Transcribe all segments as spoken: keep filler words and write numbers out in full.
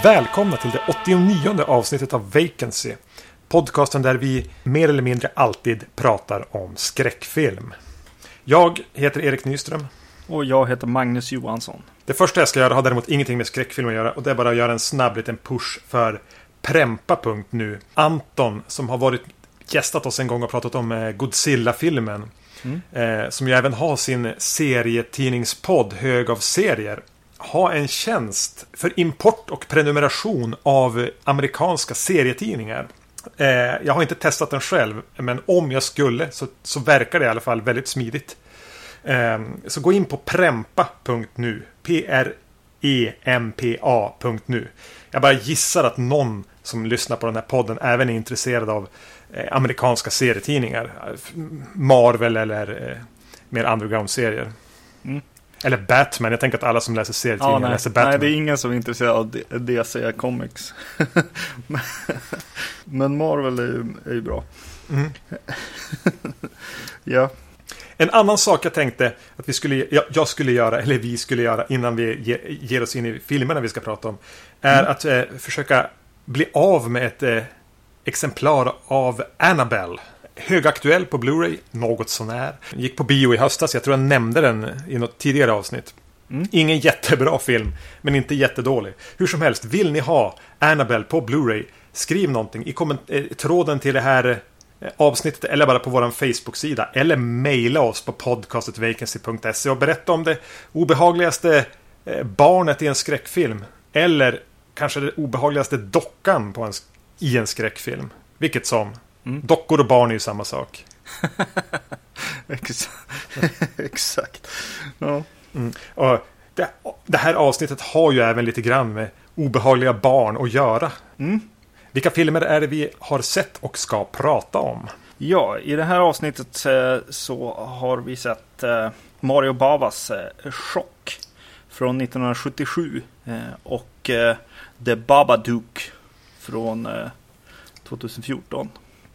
Välkomna till det åttionionde avsnittet av Vacancy. Podcasten där vi mer eller mindre alltid pratar om skräckfilm. Jag heter Erik Nyström. Och jag heter Magnus Johansson. Det första jag ska göra har däremot ingenting med skräckfilm att göra. Och det är bara att göra en snabb liten push för Prempa punkt nu. Anton, som har varit gästat oss en gång och pratat om Godzilla-filmen. Mm. Eh, som ju även har sin serietidningspodd Hög av serier. Ha en tjänst för import och prenumeration av amerikanska serietidningar. Eh, jag har inte testat den själv, men om jag skulle så, så verkar det i alla fall väldigt smidigt. Eh, så gå in på prempa punkt nu. P R E M P A punkt nu. Jag bara gissar att någon som lyssnar på den här podden även är intresserad av eh, amerikanska serietidningar. Marvel eller eh, mer underground-serier. Mm. Eller Batman, jag tänker att alla som läser serietidningar ja, läser Batman. Nej, det är ingen som är intresserad av D C Comics. Men Marvel är ju, är ju bra. Mm. Ja. En annan sak jag tänkte att vi skulle, jag, jag skulle göra, eller vi skulle göra innan vi ge, ger oss in i filmerna vi ska prata om, är mm. att eh, försöka bli av med ett eh, exemplar av Annabelle. Högaktuell på Blu-ray, något sånär. Gick på bio i höstas, jag tror jag nämnde den i något tidigare avsnitt. Mm. Ingen jättebra film, men inte jättedålig. Hur som helst, vill ni ha Annabelle på Blu-ray, skriv någonting i komment- eh, tråden till det här eh, avsnittet eller bara på vår Facebook-sida. Eller mejla oss på podcastet vacancy punkt se och berätta om det obehagligaste eh, barnet i en skräckfilm. Eller kanske det obehagligaste dockan på en, i en skräckfilm. Vilket som. Mm. Dockor och barn är ju samma sak. Exakt. Ja. Mm. Och det, det här avsnittet har ju även lite grann med obehagliga barn att göra. Mm. Vilka filmer är det vi har sett och ska prata om? Ja, i det här avsnittet eh, så har vi sett eh, Mario Bavas eh, Chock från nittonhundrasjuttiosju eh, och eh, The Babadook från eh, tjugohundrafjorton.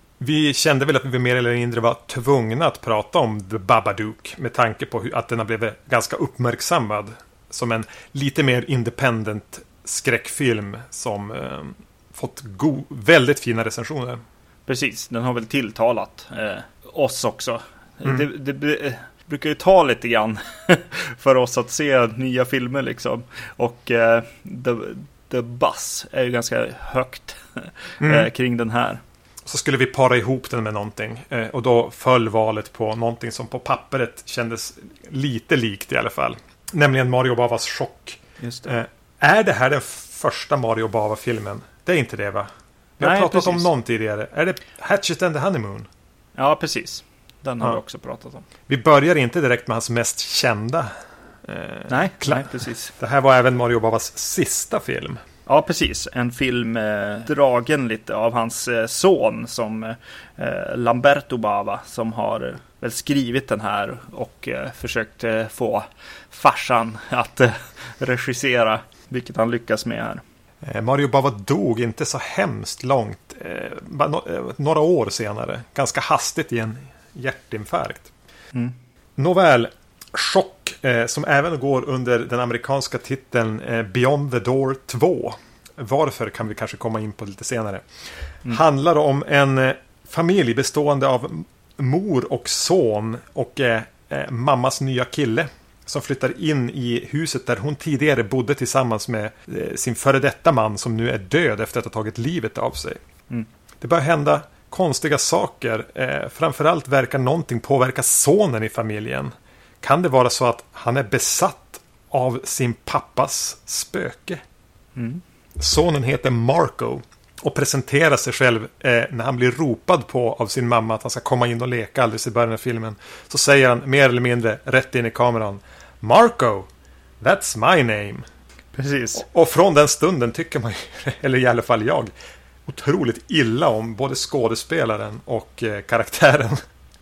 Vi kände väl att vi mer eller mindre var tvungna att prata om The Babadook med tanke på hur, att den har blivit ganska uppmärksammad som en lite mer independent skräckfilm som eh, fått go- väldigt fina recensioner. Precis, den har väl tilltalat eh, oss också. Mm. Det, det eh, brukar ju ta lite grann för oss att se nya filmer liksom. Och eh, the, the Buzz är ju ganska högt mm. eh, kring den här. Så skulle vi para ihop den med någonting. Eh, och då föll valet på någonting som på pappret kändes lite likt i alla fall. Nämligen Mario Bavas Chock. Just det. Eh, är det här den första Mario Bava-filmen? Det är inte det, va? Vi har Nej, pratat precis. om någon tidigare. Är det Hatchet and the Honeymoon? Ja, precis. Den har ja. vi också pratat om. Vi börjar inte direkt med hans mest kända. Eh, nej, kla- nej, precis. Det här var även Mario Bavas sista film. Ja, precis. En film eh, dragen lite av hans eh, son som eh, Lamberto Bava som har eh, väl skrivit den här och eh, försökt eh, få farsan att eh, regissera, vilket han lyckas med här. Eh, Mario Bava dog inte så hemskt långt, eh, bara no- eh, några år senare. Ganska hastigt i en hjärtinfarkt. Mm. Nåväl, Chock, eh, som även går under den amerikanska titeln eh, Beyond the Door två. Varför kan vi kanske komma in på lite senare. Mm. Handlar om en eh, familj bestående av mor och son och eh, eh, mammas nya kille som flyttar in i huset där hon tidigare bodde tillsammans med eh, sin före detta man som nu är död efter att ha tagit livet av sig. Mm. Det börjar hända konstiga saker. Eh, framförallt verkar någonting påverka sonen i familjen. Kan det vara så att han är besatt av sin pappas spöke? Mm. Sonen heter Marco och presenterar sig själv eh, när han blir ropad på av sin mamma att han ska komma in och leka alldeles i början av filmen. Så säger han mer eller mindre rätt in i kameran: Marco, that's my name. Precis. Och, och från den stunden tycker man, eller i alla fall jag, otroligt illa om både skådespelaren och eh, karaktären.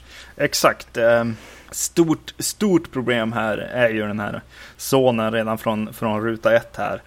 Exakt. Stort, stort problem här är ju den här sonen redan från, från ruta ett här.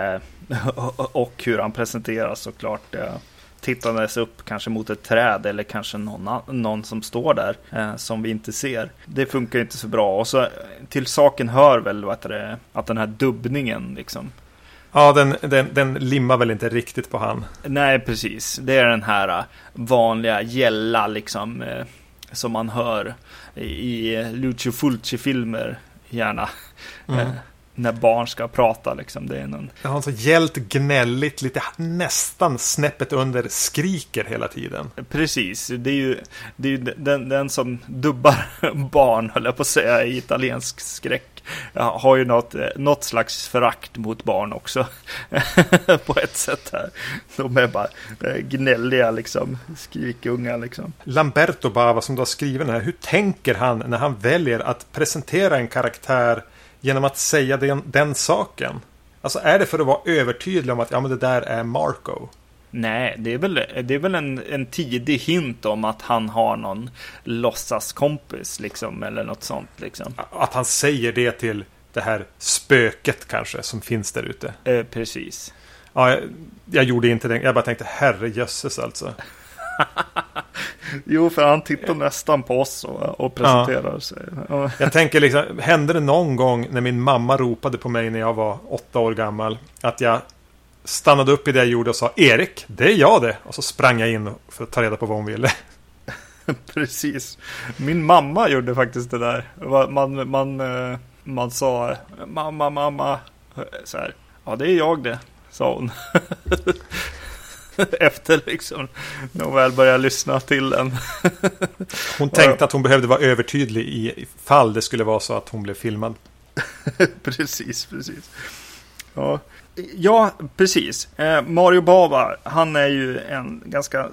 Och hur han presenteras såklart. Tittandes upp kanske mot ett träd eller kanske någon, någon som står där som vi inte ser. Det funkar inte så bra. Och så till saken hör väl vad det, att den här dubbningen liksom. Ja, den, den, den limmar väl inte riktigt på han. Nej, precis. Det är den här vanliga gälla liksom eh, som man hör i Lucio Fulci-filmer gärna. Mm. Eh, när barn ska prata liksom. Det är någon... Det har så gällt gnälligt, lite nästan snäppet under, skriker hela tiden. Precis, det är ju, det är ju den, den som dubbar barn, höll jag på att säga, i italiensk skräck. Jag har ju något, något slags förakt mot barn också. På ett sätt här. De är bara gnälliga liksom, skrikunga liksom. Lamberto Bava som du har skrivit här, hur tänker han när han väljer att presentera en karaktär genom att säga den, den saken? Alltså är det för att vara övertydlig om att ja, men det där är Marco? Nej, det är väl, det är väl en, en tidig hint om att han har någon låtsaskompis liksom, eller något sånt liksom. Att han säger det till det här spöket kanske som finns där ute. Eh, precis. Ja, jag, jag gjorde inte det. Jag bara tänkte, herre jösses alltså. Jo, för han tittar nästan på oss och, och presenterar ja. sig. Ja. Jag tänker liksom, hände det någon gång när min mamma ropade på mig när jag var åtta år gammal att jag stannade upp i det jag gjorde och sa, Erik, det är jag det. Och så sprang jag in för att ta reda på vad hon ville. Precis. Min mamma gjorde faktiskt det där. Man, man, man sa, mamma, mamma. Så här, ja det är jag det, sa hon. Efter liksom, när hon väl började lyssna till den. Hon tänkte att hon behövde vara övertydlig i fall det skulle vara så att hon blev filmad. Precis, precis. Ja. Ja, precis. Eh, Mario Bava, han är ju en ganska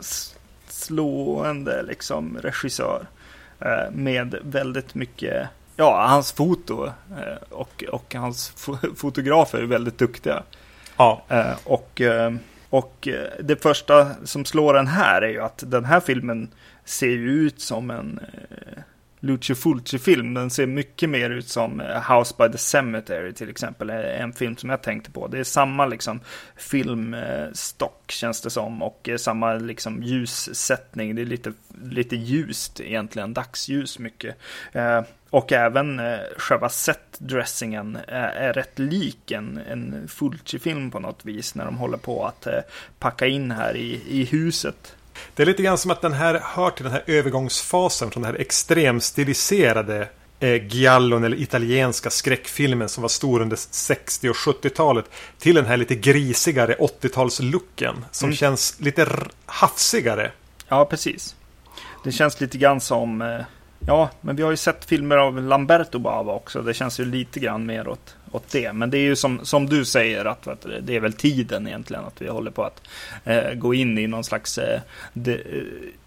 slående liksom, regissör eh, med väldigt mycket, ja, hans foto eh, och, och hans fo- fotografer är väldigt duktiga. Ja. Eh, och, eh, och det första som slår den här är ju att den här filmen ser ju ut som en eh, Lucio Fulci-film. Den ser mycket mer ut som House by the Cemetery till exempel. En film som jag tänkte på. Det är samma liksom filmstock känns det som. Och samma liksom ljussättning. Det är lite, lite ljust egentligen. Dagsljus mycket. Och även själva setdressingen är rätt lik en, en Fulci-film på något vis. När de håller på att packa in här i, i huset. Det är lite grann som att den här hör till den här övergångsfasen från den här extremstiliserade eh, giallon eller italienska skräckfilmen som var stor under sextio- och sjuttiotalet till den här lite grisigare åttiotalslooken som mm. känns lite r- hafsigare. Ja, precis. Det känns lite grann som... Eh, ja, men vi har ju sett filmer av Lamberto Bava också. Det känns ju lite grann mer åt, åt det. Men det är ju som, som du säger att vet du, det är väl tiden egentligen att vi håller på att eh, gå in i någon slags eh, de, eh,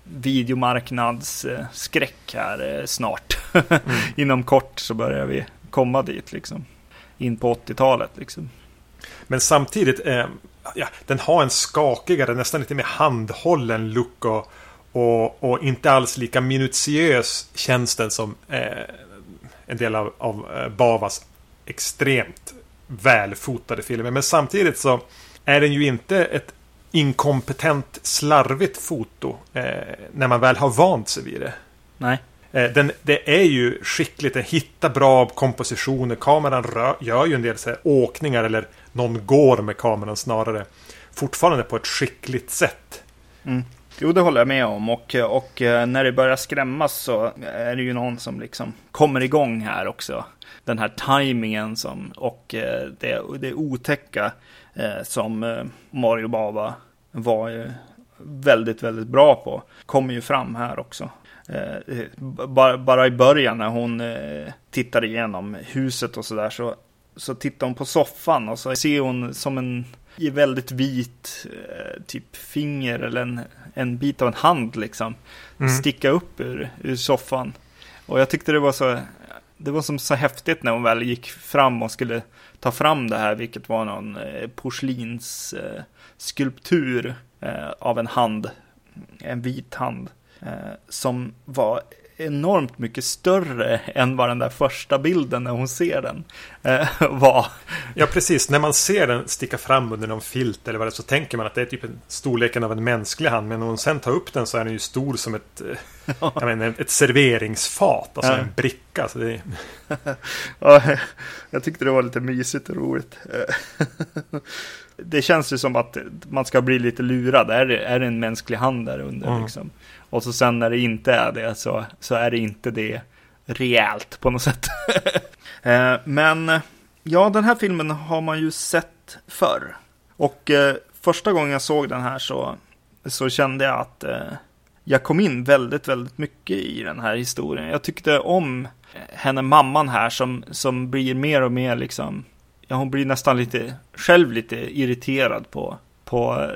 videomarknadsskräck eh, här eh, snart. Mm. Inom kort så börjar vi komma dit liksom. In på åttiotalet liksom. Men samtidigt, eh, ja, den har en skakigare, nästan lite mer handhållen look och Och, och inte alls lika minutiös känns den som eh, en del av, av eh, Bavas extremt välfotade filmer. Men samtidigt så är den ju inte ett inkompetent, slarvigt foto eh, när man väl har vant sig vid det. Nej. Eh, den, det är ju skickligt, den hittar bra kompositioner. Kameran rör, gör ju en del så här, åkningar eller någon går med kameran snarare. Fortfarande på ett skickligt sätt. Mm. Jo, det håller jag med om. Och, och när det börjar skrämmas så är det ju någon som liksom kommer igång här också. Den här tajmingen som, och det, det otäcka eh, som Mario Bava var ju väldigt, väldigt bra på. Kommer ju fram här också. Eh, bara, bara i början när hon eh, tittar igenom huset och sådär så, så tittar hon på soffan och så ser hon som en i väldigt vit eh, typ finger eller en, en bit av en hand liksom mm. sticka upp ur, ur soffan. Och jag tyckte det var så det var som så häftigt när hon väl gick fram och skulle ta fram det här, vilket var någon eh, porslins eh, skulptur eh, av en hand, en vit hand eh, som var enormt mycket större än vad den där första bilden när hon ser den eh, var. Ja, precis. När man ser den sticka fram under någon filt eller vad det är, så tänker man att det är typ en storleken av en mänsklig hand. Men när hon sen tar upp den så är den ju stor som ett, ja. jag menar, ett serveringsfat. Alltså ja. en bricka. Så det är... ja, jag tyckte det var lite mysigt och roligt. Det känns ju som att man ska bli lite lurad. Är det, är det en mänsklig hand där under mm. liksom? Och så sen när det inte är det så, så är det inte det rejält på något sätt. eh, men ja, den här filmen har man ju sett förr. Och eh, första gången jag såg den här så, så kände jag att eh, jag kom in väldigt, väldigt mycket i den här historien. Jag tyckte om henne, mamman här, som, som blir mer och mer liksom... Ja, hon blir nästan lite själv lite irriterad på, på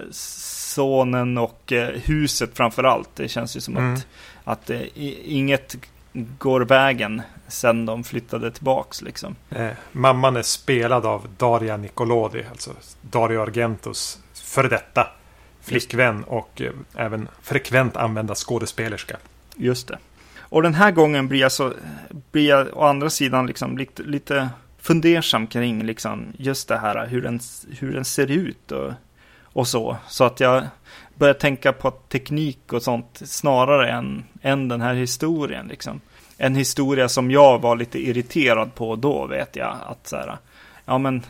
sonen och eh, huset framförallt. Det känns ju som mm. att, att eh, inget går vägen sen de flyttade tillbaks liksom. Eh, mamman är spelad av Daria Nicolodi, alltså Dario Argentos före detta flickvän och eh, även frekvent använda skådespelerska. Just det. Och den här gången blir jag så blir jag å andra sidan liksom lite, lite fundersam kring liksom just det här hur den, hur den ser ut och, och så. Så att jag börjar tänka på teknik och sånt snarare än, än den här historien liksom. En historia som jag var lite irriterad på då, vet jag. Att så här, ja men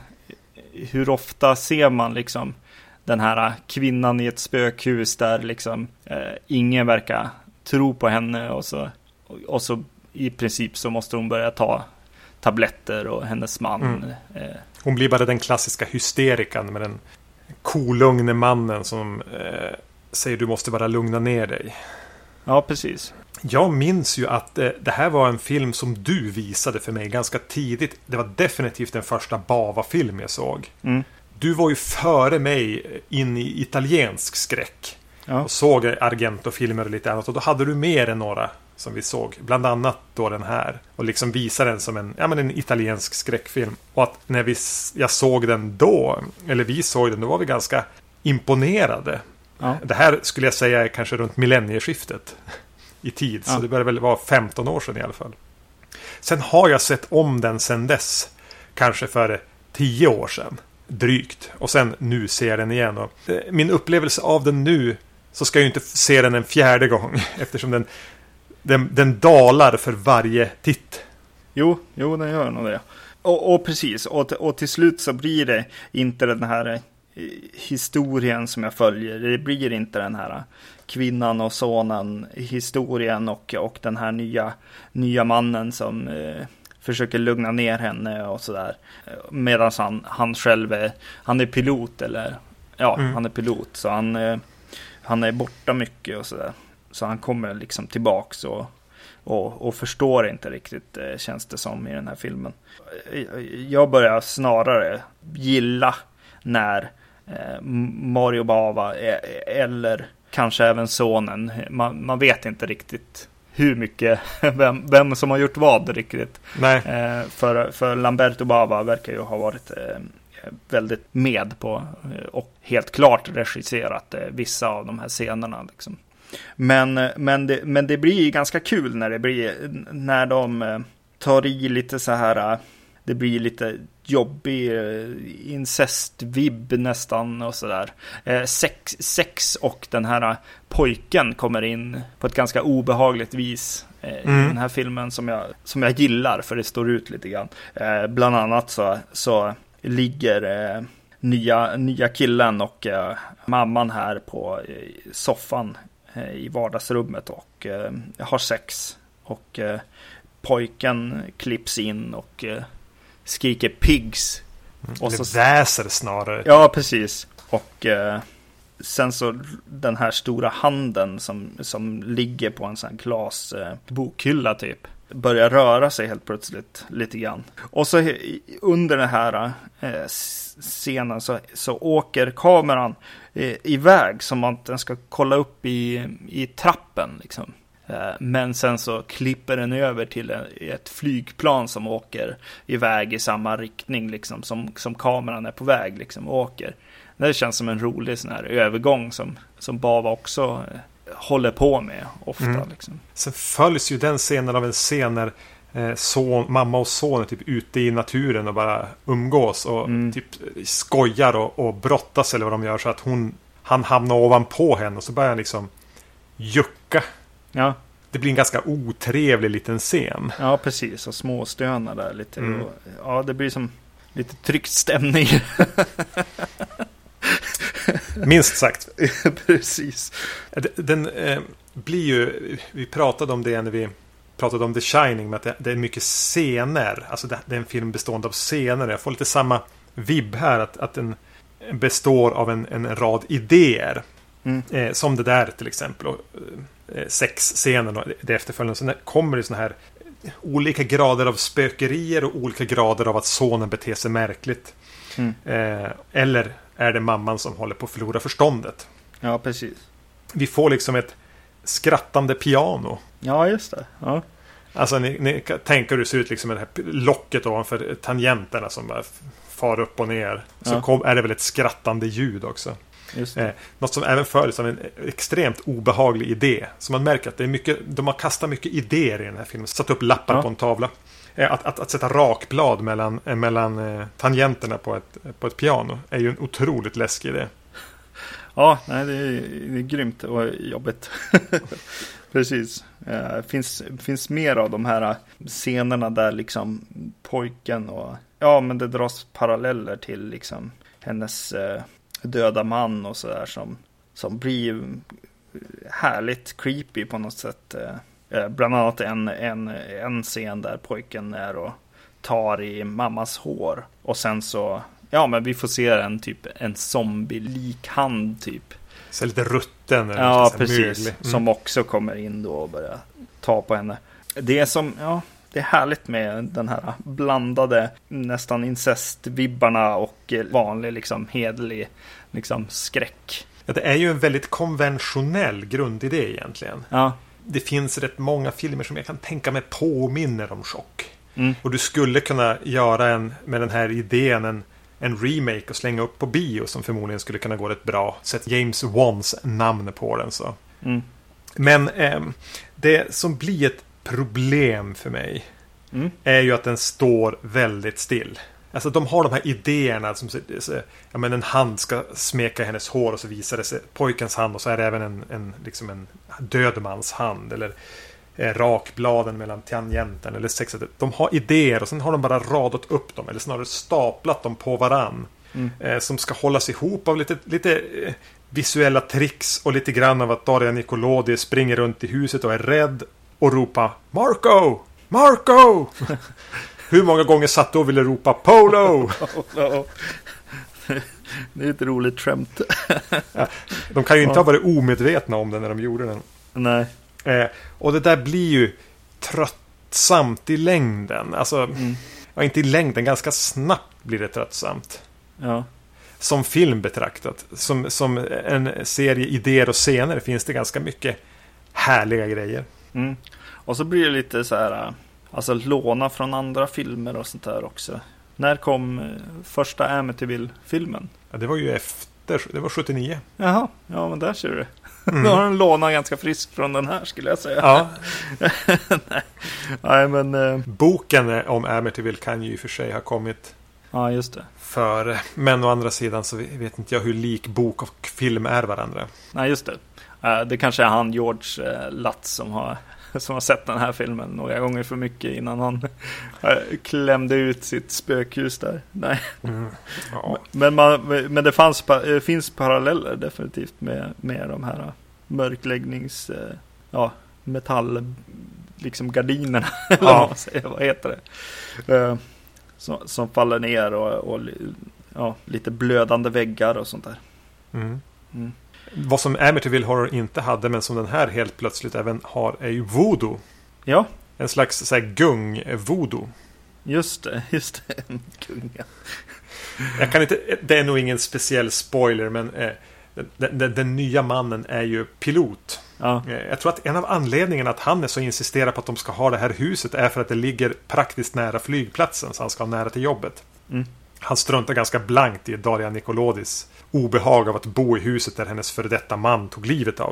hur ofta ser man liksom den här kvinnan i ett spökhus där liksom eh, ingen verkar tro på henne och så, och, och så i princip så måste hon börja ta tabletter och hennes man. Mm. Eh. Hon blir bara den klassiska hysterikan med den kolugne mannen som eh, säger du måste bara lugna ner dig. Ja, precis. Jag minns ju att eh, det här var en film som du visade för mig ganska tidigt. Det var definitivt den första Bava-film jag såg. Mm. Du var ju före mig in i italiensk skräck. Ja. Och såg Argento-filmer och lite annat. Och då hade du mer än några som vi såg. Bland annat då den här. Och liksom visade den som en, ja, men en italiensk skräckfilm. Och att när vi, jag såg den då, eller vi såg den, då var vi ganska imponerade. Ja. Det här skulle jag säga är kanske runt millennieskiftet i tid. Så ja. Det börjar väl vara femton år sedan i alla fall. Sen har jag sett om den sedan dess. Kanske för tio år sedan. Drygt. Och sen nu ser jag den igen. Och min upplevelse av den nu, så ska jag ju inte se den en fjärde gång. Eftersom den, den, den dalar för varje titt. Jo, jo den gör nog det. Och, och precis. Och, och till slut så blir det inte den här historien som jag följer. Det blir inte den här kvinnan och sonen historien och, och den här nya, nya mannen som eh, försöker lugna ner henne och sådär. Medan han, han själv är, han är pilot eller ja, mm. han är pilot så han, eh, han är borta mycket och sådär. Så han kommer liksom tillbaks och, och, och förstår inte riktigt, eh, känns det som i den här filmen. Jag börjar snarare gilla när eh, Mario Bava är, eller kanske även sonen. Man, man vet inte riktigt hur mycket, vem, vem som har gjort vad riktigt. Nej. Eh, för, för Lamberto Bava verkar ju ha varit eh, väldigt med på eh, och helt klart regisserat eh, vissa av de här scenerna liksom. Men, men, det, men det blir ju ganska kul när det blir när de eh, tar i lite så här, det blir lite jobbig eh, incest-vibb nästan och sådär. Eh, sex, sex och den här pojken kommer in på ett ganska obehagligt vis eh, mm. i den här filmen som jag, som jag gillar för det står ut lite grann. Eh, bland annat så, så ligger eh, nya, nya killen och eh, mamman här på eh, soffan eh, i vardagsrummet och eh, har sex och eh, pojken klipps in och eh, skriker pigs. Och eller så väser snarare. Ja, precis. Och eh, sen så den här stora handen som, som ligger på en sån här glas eh, bokhylla typ börjar röra sig helt plötsligt lite grann. Och så under den här eh, scenen så, så åker kameran eh, iväg som att den ska kolla upp i, i trappen liksom. Men sen så klipper den över till ett flygplan som åker iväg i samma riktning liksom, som, som kameran är på väg liksom, och åker. Det känns som en rolig sån här övergång som, som Bava också håller på med ofta. Mm. Liksom. Sen följs ju den scenen av en scen när eh, son, mamma och son är typ ute i naturen och bara umgås och mm. typ skojar och, och brottas eller vad de gör, så att hon, han hamnar ovanpå henne och så börjar han liksom jucka. Ja. Det blir en ganska otrevlig liten scen. Ja, precis. Och småstönar där lite. Mm. Och, ja, det blir som lite tryckt stämning. Minst sagt. Precis. Den, den eh, blir ju... Vi pratade om det när vi pratade om The Shining, med att det, det är mycket scener. Alltså det, det är en film bestående av scener. Jag får lite samma vibb här, att, att den består av en, en rad idéer. Mm. Eh, som det där till exempel. Och, eh, sexscenen och det efterföljande. Så kommer det såna här olika grader av spökerier och olika grader av att sonen beter sig märkligt. Mm. Eh, eller är det mamman som håller på att förlora förståndet? Ja, precis. Vi får liksom ett skrattande piano. Ja, just det. Ja. Alltså, ni, ni tänker hur det ser ut liksom med det här locket ovanför tangenterna som bara far upp och ner. Så ja. kom, är det väl ett skrattande ljud också. Just det. Eh, något som även följs av en extremt obehaglig idé. Så man märker att det är mycket, de har kastat mycket idéer i den här filmen. Satt upp lappar ja. på en tavla. Eh, att, att, att sätta rakblad mellan, eh, mellan eh, tangenterna på ett, på ett piano är ju en otroligt läskig idé. Ja, nej, det är, det är grymt och jobbigt. Precis. Det uh, finns, finns mer av de här scenerna där liksom pojken och... Ja, men det dras paralleller till liksom hennes uh, döda man och sådär som, som blir härligt creepy på något sätt. Uh, bland annat en, en, en scen där pojken är och tar i mammas hår. Och sen så... Ja, men vi får se en typ en zombie-lik hand typ. Så lite rutten. Eller ja, precis. Mm. Som också kommer in då och börjar ta på henne. Det är som, ja, det är härligt med den här blandade nästan incestvibbarna och vanlig liksom hedlig liksom skräck. Ja, det är ju en väldigt konventionell grundidé egentligen. Ja. Det finns rätt många filmer som jag kan tänka mig påminner om Chock. Mm. Och du skulle kunna göra en med den här idén en en remake och slänga upp på bio som förmodligen skulle kunna gå rätt bra. Sätt James Wans namn på den så. Mm. Men eh, det som blir ett problem för mig mm. är ju att den står väldigt still. Alltså de har de här idéerna som ja, men en hand ska smeka hennes hår och så visar det sig pojkens hand och så är det även en, en, liksom en död mans hand eller rakbladen mellan tangenten eller sexet. De har idéer och sen har de bara radat upp dem eller snarare staplat dem på varann mm. eh, som ska hållas ihop av lite, lite eh, visuella tricks och lite grann av att Daria Nicolodi springer runt i huset och är rädd och ropa Marco! Marco! Hur många gånger satt du och ville ropa Polo? Det är ett roligt skämt. Ja, de kan ju inte ha varit omedvetna om det när de gjorde den. Nej. Eh, och det där blir ju tröttsamt i längden. Alltså, mm. ja, inte i längden, ganska snabbt blir det tröttsamt. Ja. Som film betraktat. Som, som en serie idéer och scener finns det ganska mycket härliga grejer. Mm. Och så blir det lite så här, alltså låna från andra filmer och sånt där också. När kom första Amityville-filmen? Ja, det var ju efter, det var sjuttionio. Jaha, ja men där ser du. Mm. Då har den lånat ganska friskt från den här skulle jag säga. Ja. Nej. Nej, men... Uh... Boken om Amityville kan ju i och för sig ha kommit ja, just det. För, men å andra sidan så vet inte jag hur lik bok och film är varandra. Nej, just det. Uh, det kanske är han George uh, Lutz som har, som har sett den här filmen några gånger för mycket innan han uh, klämde ut sitt spökhus där. Nej. Mm. Ja. Men, man, men det fanns, uh, finns paralleller definitivt med, med de här uh, mörkläggnings uh, ja, metall liksom gardinerna ja. Eller vad man säger, vad heter det? Uh, som, som faller ner och, och ja, lite blödande väggar och sånt där. Mm. Mm. Vad som Amityville Horror inte hade men som den här helt plötsligt även har är ju voodoo. Ja. En slags så här, gung-voodoo. Just det, just det. En gunga. Jag kan inte, det är nog ingen speciell spoiler men eh, den, den, den nya mannen är ju pilot. Ja. Eh, jag tror att en av anledningarna att han är så insisterad på att de ska ha det här huset är för att det ligger praktiskt nära flygplatsen så han ska ha nära till jobbet. Mm. Han struntar ganska blankt i Daria Nicolodis obehag av att bo i huset där hennes före detta man tog livet av sig.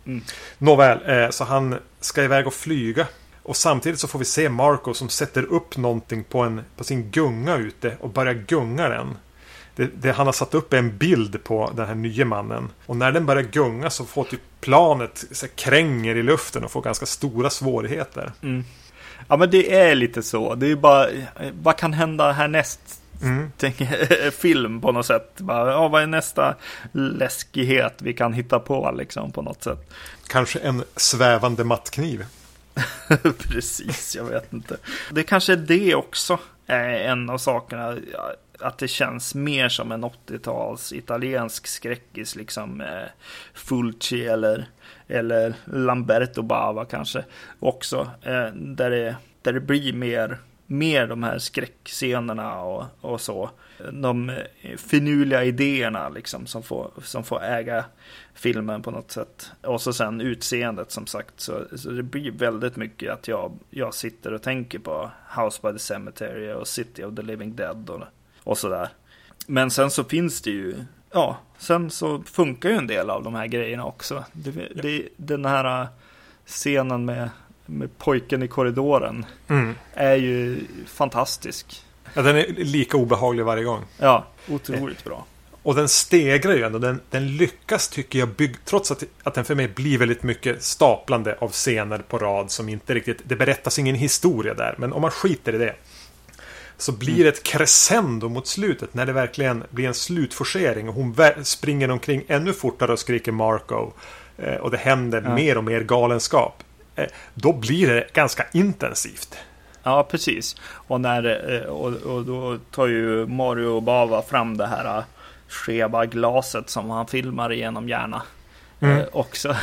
Mm. Nåväl, eh, så han ska iväg och flyga. Och samtidigt så får vi se Marco som sätter upp någonting på, en, på sin gunga ute och börjar gunga den. Det, det han har satt upp är en bild på den här nya mannen. Och när den börjar gunga så får typ planet så kränger i luften och får ganska stora svårigheter. Mm. Ja, men det är lite så. Det är ju bara, vad kan hända härnäst? Mm. Tänk, film på något sätt. Bara, ja, vad är nästa läskighet vi kan hitta på liksom, på något sätt? Kanske en svävande mattkniv. Precis, jag vet inte. Det kanske är det också. En av sakerna, att det känns mer som en åttio-tals italiensk skräckis, liksom eh, Fulci eller, eller Lamberto Bava kanske också, eh, där, det, där det blir mer, mer de här skräckscenerna och, och så. De finurliga idéerna liksom, som, får, som får äga filmen på något sätt. Och så sen utseendet som sagt. Så, så det blir väldigt mycket att jag, jag sitter och tänker på House by the Cemetery och City of the Living Dead och, och sådär. Men sen så finns det ju, ja, sen så funkar ju en del av de här grejerna också. Det, ja. det, den här scenen med, med pojken i korridoren mm. är ju fantastisk. Ja, den är lika obehaglig varje gång. Ja, otroligt bra. Och den stegrar ju ändå. Den, den lyckas, tycker jag, bygg, trots att, att den för mig blir väldigt mycket staplande av scener på rad som inte riktigt... Det berättas ingen historia där, men om man skiter i det så blir det ett crescendo mot slutet när det verkligen blir en slutforcering och hon vä- springer omkring ännu fortare och skriker Marco eh, och det händer ja. mer och mer galenskap. Eh, då blir det ganska intensivt. Ja, precis. Och, när, och, och då tar ju Mario Bava fram det här skeva glaset som han filmar igenom gärna. Mm. Eh, också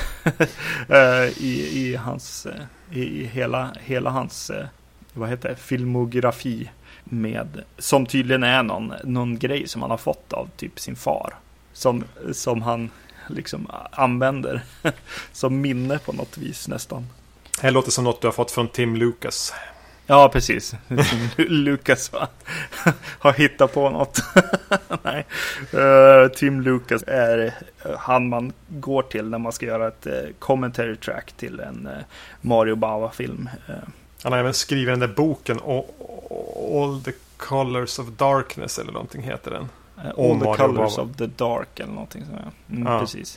i, i hans i, i hela, hela hans vad heter det, filmografi med, som tydligen är någon, någon grej som han har fått av typ sin far. Som, som han liksom använder som minne på något vis nästan. Det låter som något du har fått från Tim Lucas. Ja, precis. Lucas va? har hittat på något. Nej. Uh, Tim Lucas är han man går till när man ska göra ett uh, commentary track till en uh, Mario Bava-film. Uh. Han har även skrivit den där boken All the Colors of Darkness eller någonting heter den. Uh, All the Mario Colors Bava. Of the Dark eller någonting sådär. Mm, ja. Precis.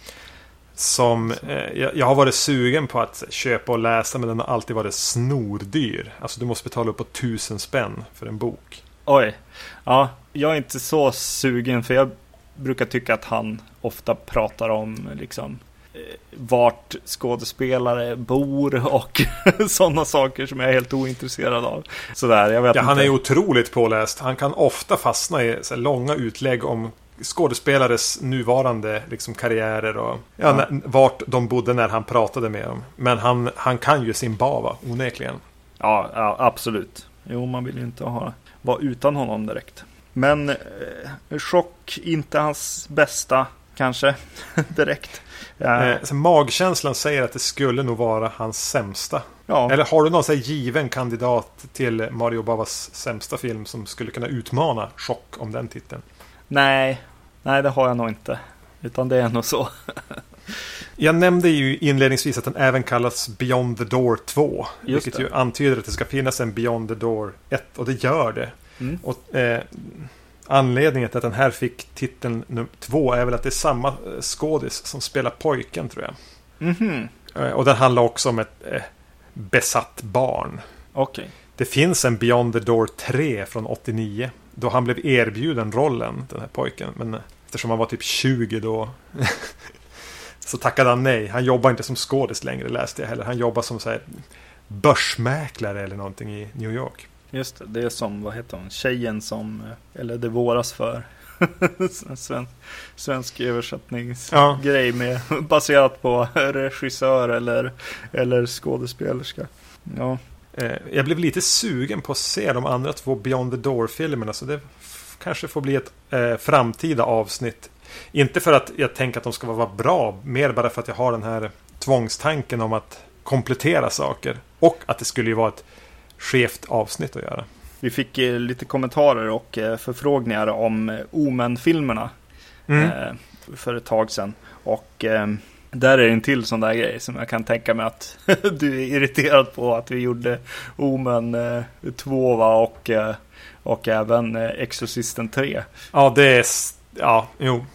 Som eh, jag, jag har varit sugen på att köpa och läsa, men den har alltid varit snordyr. Alltså du måste betala upp på tusen spänn för en bok. Oj, ja, jag är inte så sugen, för jag brukar tycka att han ofta pratar om liksom eh, vart skådespelare bor och sådana saker som jag är helt ointresserad av. Sådär, jag vet ja, inte. Han är otroligt påläst. Han kan ofta fastna i så här långa utlägg om skådespelares nuvarande liksom, karriärer och ja, ja. N- vart de bodde när han pratade med dem. Men han, han kan ju sin Bava, onekligen. Ja, ja, absolut. Jo, man vill ju inte ha vara utan honom direkt. Men eh, chock, inte hans bästa kanske direkt. Ja. Eh, så magkänslan säger att det skulle nog vara hans sämsta. Ja. Eller har du någon så här given kandidat till Mario Bavas sämsta film som skulle kunna utmana chock om den titeln? Nej, nej det har jag nog inte. Utan det är nog så. Jag nämnde ju inledningsvis att den även kallas Beyond the Door två. Just vilket det. ju antyder att det ska finnas en Beyond the Door ett. Och det gör det. Mm. Och, eh, anledningen till att den här fick titeln nummer två är väl att det är samma skådis som spelar pojken, tror jag. Mm-hmm. Eh, och den handlar också om ett eh, besatt barn. Okay. Det finns en Beyond the Door tre från åttionio. Då han blev erbjuden rollen, den här pojken. Men eftersom han var typ tjugo då så tackade han nej. Han jobbar inte som skådis längre, läste jag heller. Han jobbar som så här börsmäklare eller någonting i New York. Just det, det är som, vad heter hon? Tjejen som, eller det våras för Sven, svensk översättningsgrej ja. Med baserat på regissör eller, eller skådespelerska. Ja. Jag blev lite sugen på att se de andra två Beyond the Door-filmerna, så det f- kanske får bli ett eh, framtida avsnitt. Inte för att jag tänker att de ska vara bra, mer bara för att jag har den här tvångstanken om att komplettera saker. Och att det skulle ju vara ett skevt avsnitt att göra. Vi fick eh, lite kommentarer och eh, förfrågningar om eh, Omen-filmerna mm. eh, för ett tag sedan. Och eh, Där är en till sån där grej som jag kan tänka mig att du är irriterad på, att vi gjorde Omen eh, två va? Och, eh, och även eh, Exorcisten tre. Ja, det är... Ja, jo.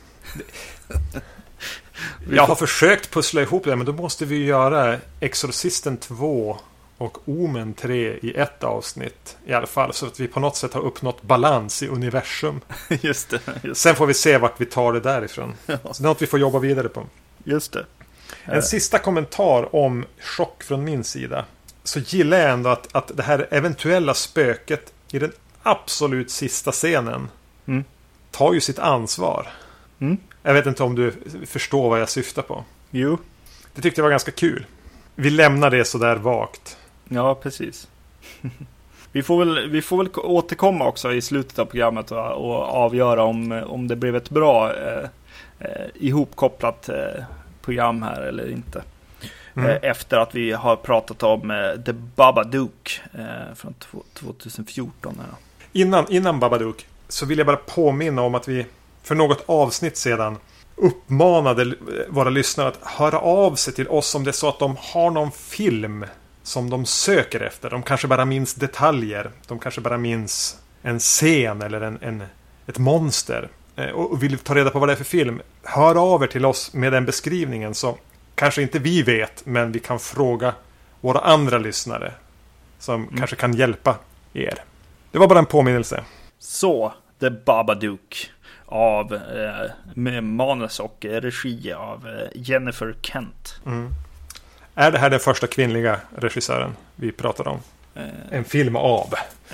Jag har försökt pussla ihop det, men då måste vi göra Exorcisten två och Omen tre i ett avsnitt i alla fall, så att vi på något sätt har uppnått balans i universum. Just det. Just Sen får vi se vart vi tar det därifrån. Ja. Så det är något vi får jobba vidare på. Just det. En sista kommentar om chock från min sida. Så gillar jag ändå att, att det här eventuella spöket i den absolut sista scenen mm. tar ju sitt ansvar. Mm. Jag vet inte om du förstår vad jag syftar på. Jo. Det tyckte jag var ganska kul. Vi lämnar det så där vagt. Ja, precis. Vi får väl, vi får väl återkomma också i slutet av programmet och, och avgöra om, om det blev ett bra eh, eh, ihopkopplat eh, program här eller inte. Mm. Eh, efter att vi har pratat om eh, The Babadook eh, från tjugohundrafjorton. Här. Innan, innan Babadook så vill jag bara påminna om att vi för något avsnitt sedan uppmanade våra lyssnare att höra av sig till oss om det är så att de har någon film som de söker efter. De kanske bara minns detaljer. De kanske bara minns en scen eller en, en, ett monster. Och vill ta reda på vad det är för film. Hör av er till oss med den beskrivningen, så kanske inte vi vet, men vi kan fråga våra andra lyssnare som mm. kanske kan hjälpa er. Det var bara en påminnelse. Så, The Babadook av eh, med manus och regi av eh, Jennifer Kent. Mm. Är det här den första kvinnliga regissören vi pratar om? Eh, en film av? Eh,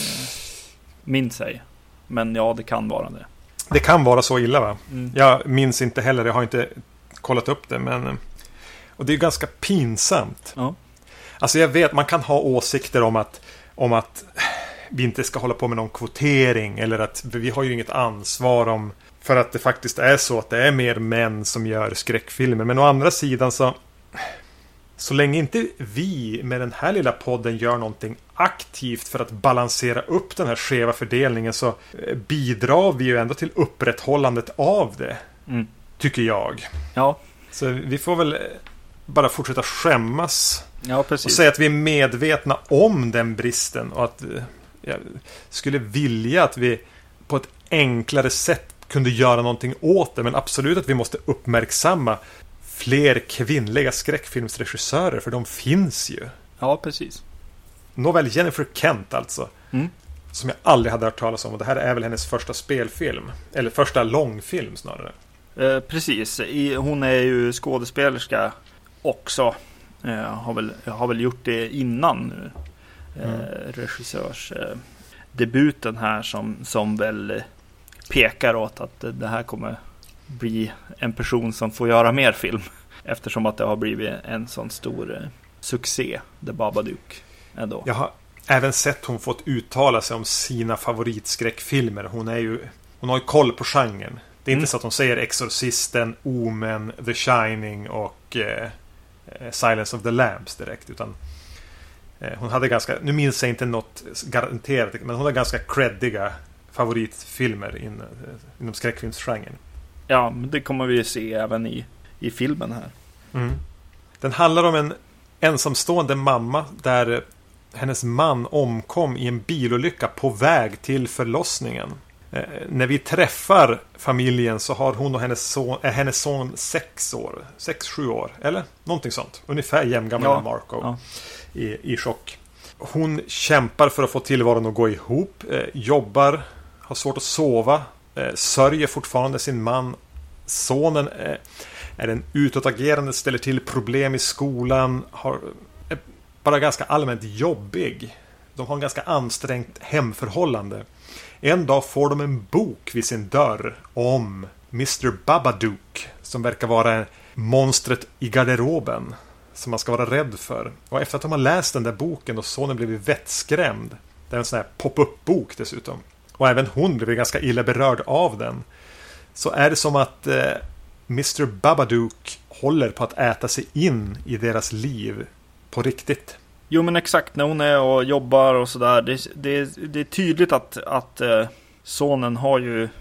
minns sig. Men ja, det kan vara det. Det kan vara så illa, va? Mm. Jag minns inte heller, jag har inte kollat upp det, men och det är ganska pinsamt. Ja. Alltså jag vet, man kan ha åsikter om att om att vi inte ska hålla på med någon kvotering, eller att vi har ju inget ansvar om, för att det faktiskt är så att det är mer män som gör skräckfilmer. Men å andra sidan så så länge inte vi med den här lilla podden gör någonting aktivt för att balansera upp den här skeva fördelningen, så bidrar vi ju ändå till upprätthållandet av det. Mm. Tycker jag. Ja. Så vi får väl bara fortsätta skämmas. Ja, precis. Och säga att vi är medvetna om den bristen, och att jag skulle vilja att vi på ett enklare sätt kunde göra någonting åt det. Men absolut att vi måste uppmärksamma fler kvinnliga skräckfilmsregissörer, för de finns ju. Ja, precis. Nåväl, Jennifer Kent alltså. Mm. Som jag aldrig hade hört talas om. Och det här är väl hennes första spelfilm. Eller första långfilm snarare. Eh, precis. I, hon är ju skådespelerska också. Eh, har, väl, har väl gjort det innan nu. Eh, mm. Regissörs eh, debuten här som, som väl pekar åt att det här kommer bli en person som får göra mer film, eftersom att det har blivit en sån stor eh, succé, The Babadook ändå. Jag har även sett hon fått uttala sig om sina favoritskräckfilmer. Hon är ju, hon har ju koll på genren. Det är mm. inte så att hon säger Exorcisten, Omen, The Shining och eh, Silence of the Lambs direkt, utan eh, hon hade ganska, nu minns jag inte något garanterat, men hon har ganska creddiga favoritfilmer in, inom skräckfilmsgenren. Ja, men det kommer vi se även i, i filmen här. Mm. Den handlar om en ensamstående mamma där hennes man omkom i en bilolycka på väg till förlossningen. Eh, när vi träffar familjen så har hon och hennes son, är hennes son sex år, sex, sju år, eller någonting sånt. Ungefär jämngammal ja. Marco ja. i, i chock. Hon kämpar för att få tillvaron att gå ihop, eh, jobbar, har svårt att sova, eh, sörjer fortfarande sin man. Sonen eh, är en utåtagerande, ställer till problem i skolan, har, är bara ganska allmänt jobbig. De har en ganska ansträngt hemförhållande. En dag får de en bok vid sin dörr om mister Babadook, som verkar vara monstret i garderoben som man ska vara rädd för. Och efter att de har läst den där boken och sonen blivit vettskrämd, det är en sån här pop-up-bok dessutom, och även hon blev ganska illa berörd av den, så är det som att eh, mister Babadook håller på att äta sig in i deras liv på riktigt. Jo, men exakt, när hon är och jobbar och sådär, det, det, det är tydligt att, att eh, sonen har ju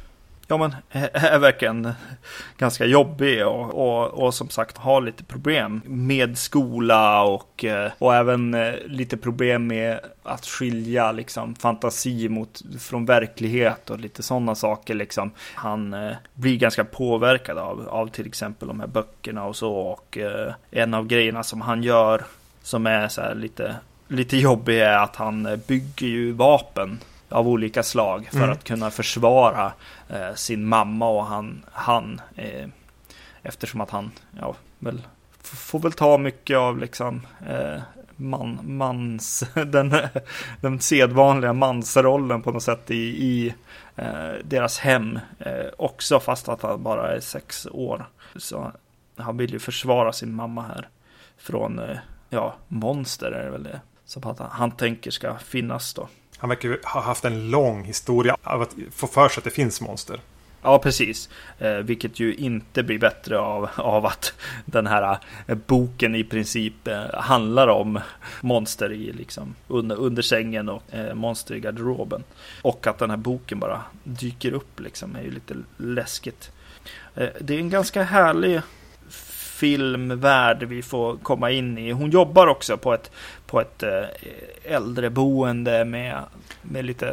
ja, men är verkligen ganska jobbig och, och, och som sagt har lite problem med skola och, och även lite problem med att skilja liksom fantasi mot, från verklighet och lite sådana saker liksom. Han eh, blir ganska påverkad av, av till exempel de här böckerna och så, och eh, en av grejerna som han gör som är så här lite, lite jobbig är att han bygger ju vapen av olika slag för mm. att kunna försvara eh, sin mamma och han, han eh, eftersom att han ja, väl, f- får väl ta mycket av liksom eh, man, mans den, den sedvanliga mansrollen på något sätt i, i eh, deras hem eh, också, fast att han bara är sex år. Så han vill ju försvara sin mamma här från eh, ja, monster är det väl det som han, han tänker ska finnas då. Han verkar ha haft en lång historia av att få för sig att det finns monster. Ja, precis. Eh, vilket ju inte blir bättre av, av att den här eh, boken i princip eh, handlar om monster i, liksom, under, under sängen och eh, monster i garderoben. Och att den här boken bara dyker upp liksom, är ju lite läskigt. Eh, det är en ganska härlig filmvärld vi får komma in i. Hon jobbar också på ett, på ett eh, äldreboende med, med lite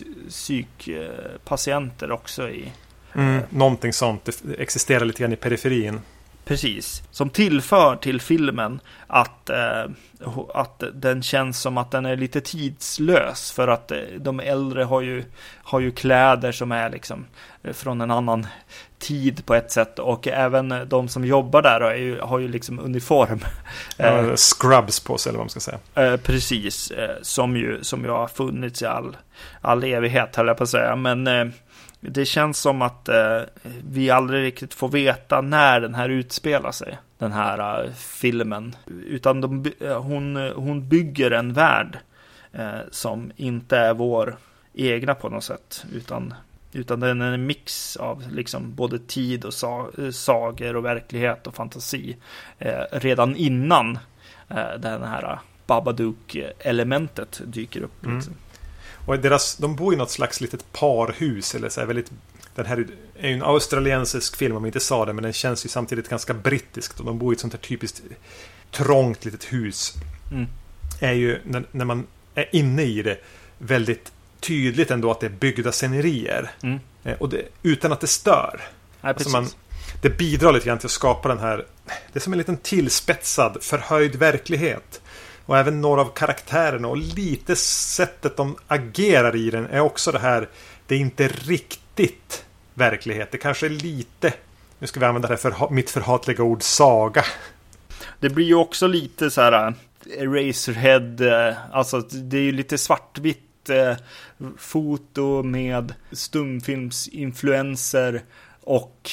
psykpatienter också i. Mm, någonting sånt. Det existerar lite grann i periferin. Precis. Som tillför till filmen att, eh, att den känns som att den är lite tidslös. För att eh, de äldre har ju, har ju kläder som är liksom från en annan tid på ett sätt. Och även de som jobbar där är ju, har ju liksom uniform. Ja, scrubs på sig eller vad man ska säga. Eh, precis. Eh, som, ju, som ju har funnits i all, all evighet, höll jag på att säga. Men Eh, det känns som att eh, vi aldrig riktigt får veta när den här utspelar sig, den här eh, filmen. Utan de, eh, hon, hon bygger en värld eh, som inte är vår egna på något sätt. Utan, utan den är en mix av liksom, både tid och sa- sagor och verklighet och fantasi. Eh, redan innan eh, den här Babadook-elementet dyker upp. Liksom. Mm. Och deras, de bor i något slags litet parhus eller så här, väldigt, den här är ju en australiensisk film om vi inte sa det, men den känns ju samtidigt ganska brittisk och de bor i ett sånt här typiskt trångt litet hus. Mm. Är ju när, när man är inne i det väldigt tydligt ändå att det är byggda scenerier mm. och det, utan att det stör. Ja, alltså man, det bidrar lite grann till att skapa den här, det är som en liten tillspetsad förhöjd verklighet. Och även några av karaktärerna och lite sättet de agerar i den är också det här, det är inte riktigt verklighet. Det kanske är lite, nu ska vi använda det här för mitt förhatliga ord, saga. Det blir ju också lite så här Eraserhead, alltså det är ju lite svartvitt eh, foto med stumfilmsinfluenser och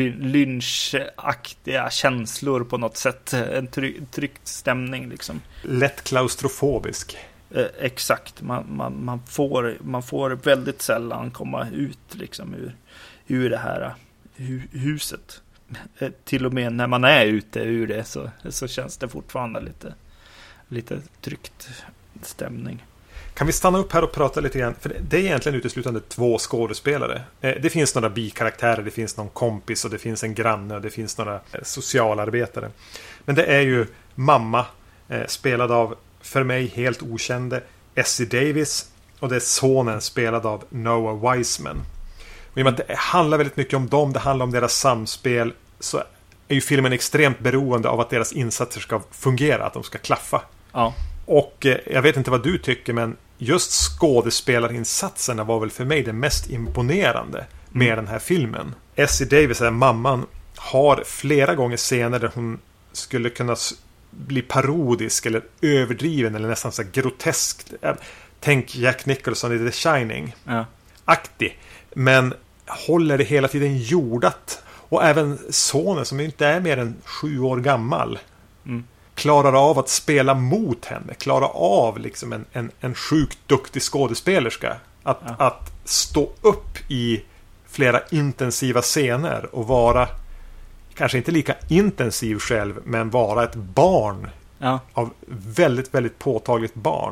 lynchaktiga känslor på något sätt. En try- tryckt stämning liksom. Lätt klaustrofobisk. Eh, exakt. Man, man, man, får, man får väldigt sällan komma ut liksom ur, ur det här hu- huset. Eh, till och med när man är ute ur det så, så känns det fortfarande lite, lite tryckt stämning. Kan vi stanna upp här och prata lite grann? För det är egentligen uteslutande två skådespelare. Det finns några bikaraktärer, det finns någon kompis och det finns en granne och det finns några socialarbetare. Men det är ju mamma, spelad av, för mig helt okände, Essie Davis. Och det är sonen spelad av Noah Wiseman. Och i och med att det handlar väldigt mycket om dem, det handlar om deras samspel, så är ju filmen extremt beroende av att deras insatser ska fungera, att de ska klaffa. Ja. Och eh, jag vet inte vad du tycker, men just skådespelarinsatserna var väl för mig det mest imponerande med mm. den här filmen. Essie Davis, är mamman, har flera gånger scener där hon skulle kunna bli parodisk eller överdriven eller nästan så grotesk. Tänk Jack Nicholson i The Shining. Ja. Aktig. Men håller det hela tiden jordat. Och även sonen, som inte är mer än sju år gammal, mm. klarar av att spela mot henne. Klarar av liksom en, en, en sjukt duktig skådespelerska. Att, ja. att stå upp i flera intensiva scener och vara, kanske inte lika intensiv själv, men vara ett barn. Ja. Av väldigt, väldigt påtagligt barn.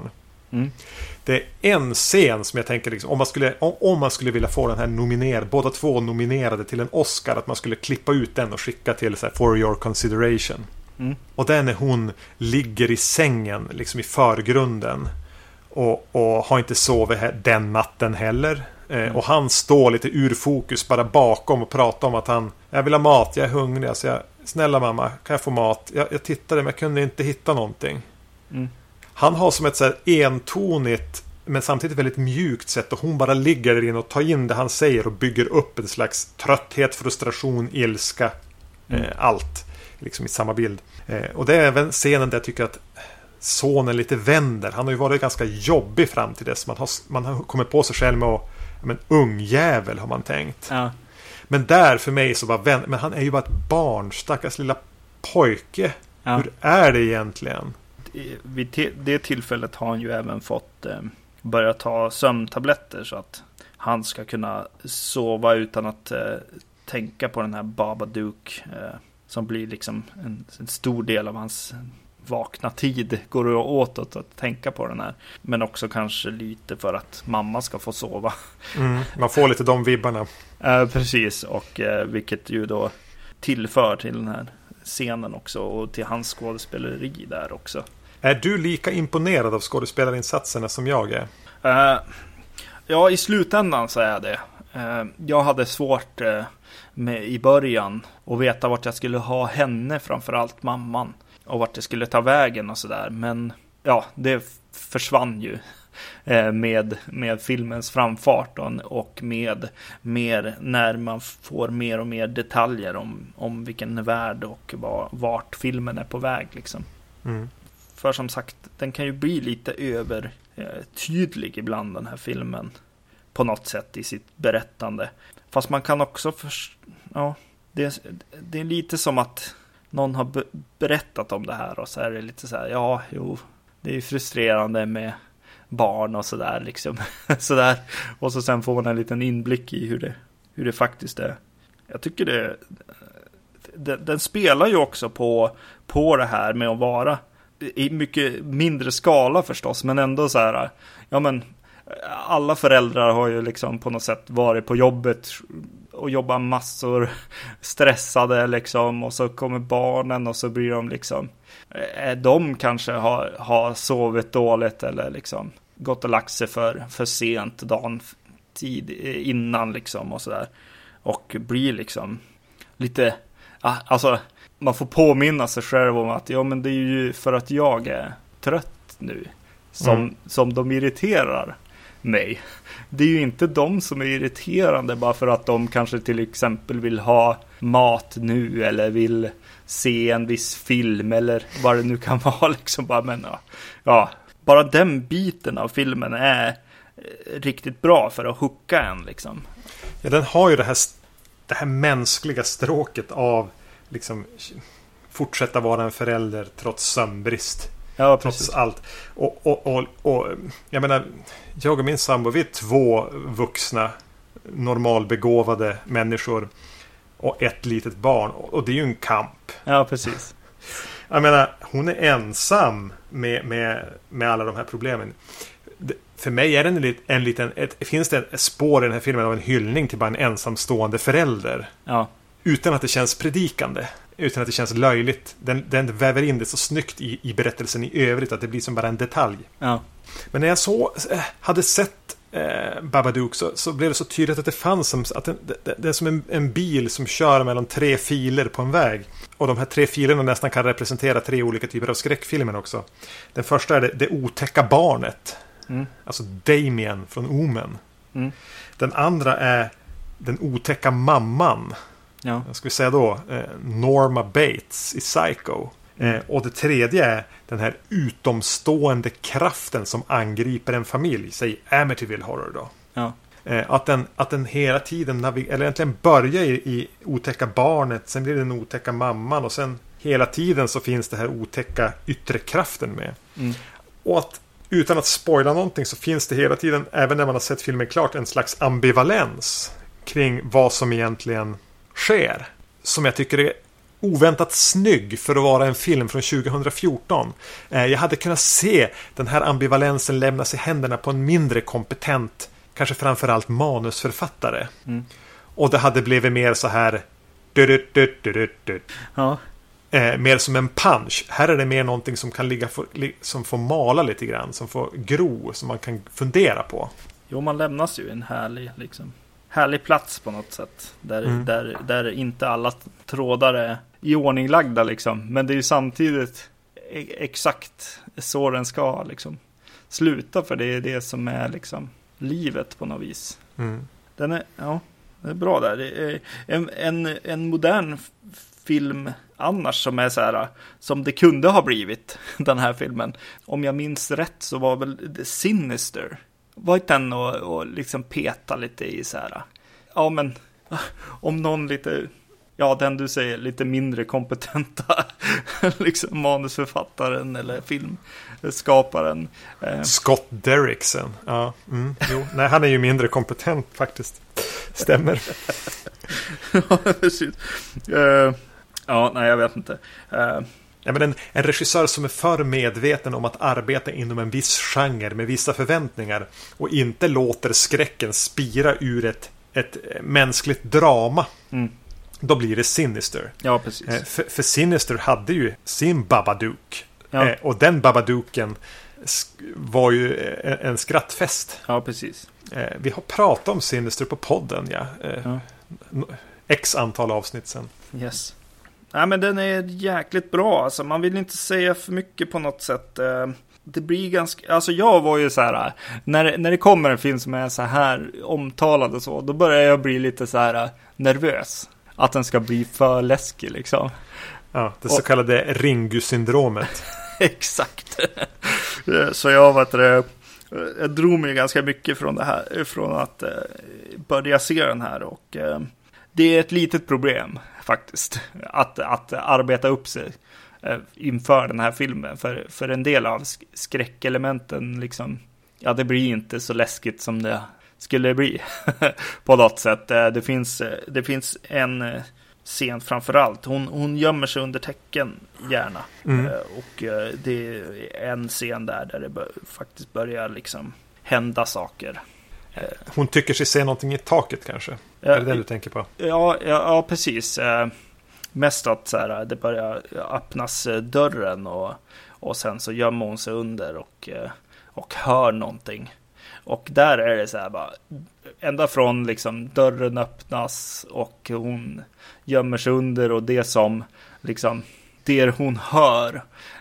Mm. Det är en scen som jag tänker liksom, om, man skulle, om, om man skulle vilja få den här nominerad, båda två nominerade till en Oscar, att man skulle klippa ut den och skicka till så här, for your consideration. Mm. Och den är hon ligger i sängen liksom i förgrunden och, och har inte sovit här, den natten heller. Mm. Eh, och han står lite ur fokus bara bakom och pratar om att han, jag vill ha mat, jag är hungrig, alltså jag, snälla mamma, kan jag få mat? Jag, jag tittade men jag kunde inte hitta någonting. Mm. Han har som ett så här entonigt men samtidigt väldigt mjukt sätt, och hon bara ligger där inne och tar in det han säger och bygger upp en slags trötthet, frustration, ilska, mm. eh, allt liksom i samma bild. Eh, och det är även scenen där jag tycker att sonen lite vänder. Han har ju varit ganska jobbig fram till dess. Man har, man har kommit på sig själv med att, men ung jävel har man tänkt. Ja. Men där för mig så var vän, men han är ju bara ett barn, stackars lilla pojke. Ja. Hur är det egentligen? Vid te- det tillfället har han ju även fått eh, börja ta sömntabletter så att han ska kunna sova utan att eh, tänka på den här Babadook eh, som blir liksom en, en stor del av hans vakna tid, går det åt att, att tänka på den här, men också kanske lite för att mamma ska få sova. Mm, man får lite de vibbarna. eh, precis, och eh, vilket ju då tillför till den här scenen också och till hans skådespeleri där också. Är du lika imponerad av skådespelarinsatserna som jag är? Uh, ja, i slutändan så är det. Uh, jag hade svårt uh, med i början att veta vart jag skulle ha henne, framförallt mamman, och vart det skulle ta vägen och sådär. Men ja, det försvann ju uh, med, med filmens framfart och, och med mer när man får mer och mer detaljer om, om vilken värld och var, vart filmen är på väg liksom. Mm. För som sagt, den kan ju bli lite över eh, tydlig ibland, den här filmen, på något sätt i sitt berättande. Fast man kan också förs- ja, det, det är lite som att någon har be- berättat om det här och så är det lite så här, ja, jo, det är frustrerande med barn och sådär liksom. sådär. Och så sen får man en liten inblick i hur det, hur det faktiskt är. Jag tycker det, det den spelar ju också på, på det här med att vara i mycket mindre skala förstås, men ändå så här, ja men alla föräldrar har ju liksom på något sätt varit på jobbet och jobbar massor, stressade liksom, och så kommer barnen och så blir de liksom, de kanske har, har sovit dåligt eller liksom gått och lagt sig för, för sent dagen tid innan liksom och sådär, och blir liksom lite, alltså man får påminna sig själv om att ja, men det är ju för att jag är trött nu som, mm. som de irriterar mig. Det är ju inte de som är irriterande bara för att de kanske till exempel vill ha mat nu eller vill se en viss film eller vad det nu kan vara liksom. Bara, men, ja, ja, bara den biten av filmen är riktigt bra för att hooka en liksom. Ja, den har ju det här, det här mänskliga stråket av liksom fortsätta vara en förälder trots sömnbrist. Ja, trots allt. Och, och, och, och jag menar, jag och min sambo, vi är två vuxna normalbegåvade människor och ett litet barn, och det är ju en kamp. Ja, precis. Jag menar, hon är ensam med, med, med alla de här problemen. För mig är det en, en liten ett, finns det ett spår i den här filmen av en hyllning till bara en ensamstående förälder. Ja. Utan att det känns predikande. Utan att det känns löjligt. Den, den väver in det så snyggt i, i berättelsen i övrigt att det blir som bara en detalj. Ja. Men när jag så äh, hade sett äh, Babadook så, så blev det så tydligt att det fanns som, att det, det, det är som en, en bil som kör mellan tre filer på en väg. Och de här tre filerna nästan kan representera tre olika typer av skräckfilmer också. Den första är det, det otäcka barnet. Mm. Alltså Damien från Omen. Mm. Den andra är den otäcka mamman. Ja. Jag skulle säga då eh, Norma Bates i Psycho. Eh, och det tredje är den här utomstående kraften som angriper en familj. Säg Amityville Horror då. Ja. Eh, att, den, att den hela tiden navig- eller egentligen börjar i, i otäcka barnet. Sen blir det den otäcka mamman. Och sen hela tiden så finns det här otäcka yttre kraften med. Mm. Och att utan att spoila någonting så finns det hela tiden, även när man har sett filmen klart, en slags ambivalens kring vad som egentligen sker. Som jag tycker är oväntat snygg för att vara en film från tjugohundrafjorton. Eh, jag hade kunnat se den här ambivalensen lämnas i händerna på en mindre kompetent, kanske framförallt manusförfattare. Mm. Och det hade blivit mer så här du, du, du, du, du, du. Ja. Eh, mer som en punch. Här är det mer någonting som kan ligga för, li, som får mala lite grann, som får gro, som man kan fundera på. Jo, man lämnas ju i en härlig liksom, härlig plats på något sätt. Där, mm. där, där inte alla trådar är i ordning lagda liksom. Men det är ju samtidigt exakt så den ska liksom sluta, för det är det som är liksom livet på något vis. Mm. Den är, ja, det är bra där. Det är en, en, en modern film annars som är så här, som det kunde ha blivit den här filmen. Om jag minns rätt så var väl The Sinister. Var inte den och, och liksom peta lite i så här. Ja, men om någon lite, ja, den du säger, lite mindre kompetenta liksom manusförfattaren eller filmskaparen. Scott Derrickson. Ja, mm, jo. Nej, han är ju mindre kompetent faktiskt. Stämmer. Ja, precis. Uh, ja, nej, jag vet inte. Uh, Ja, men en, en regissör som är för medveten om att arbeta inom en viss genre med vissa förväntningar och inte låter skräcken spira ur ett, ett mänskligt drama. Mm. Då blir det Sinister. Ja, precis. Eh, för, för Sinister hade ju sin Babadook. Ja. Eh, och den Babadooken var ju en, en skrattfest. Ja, precis. Eh, vi har pratat om Sinister på podden, ja. Eh, ja. X antal avsnitt sen. Yes. Nej, men den är jäkligt bra. Alltså, man vill inte säga för mycket på något sätt. Det blir ganska... Alltså jag var ju så här... När, när det kommer en film som är så här omtalad och så, då börjar jag bli lite så här nervös. Att den ska bli för läskig liksom. Ja, det så kallade Ringu-syndromet. Exakt. Så jag vet det, jag drog mig ganska mycket från det här, från att börja se den här, och det är ett litet problem faktiskt att, att arbeta upp sig inför den här filmen, för, för en del av skräckelementen liksom, ja, det blir inte så läskigt som det skulle bli på något sätt. Det finns, det finns en scen framförallt, hon, hon gömmer sig under täcken gärna. Mm. Och det är en scen där där det bör, faktiskt börjar liksom hända saker. Hon tycker sig se någonting i taket kanske. Ja, är det det du tänker på? Ja, ja, ja precis. Mest att så här, det börjar öppnas dörren och, och sen så gömmer hon sig under och, och hör någonting. Och där är det så här bara, ända från liksom dörren öppnas och hon gömmer sig under, och det som liksom, det hon hör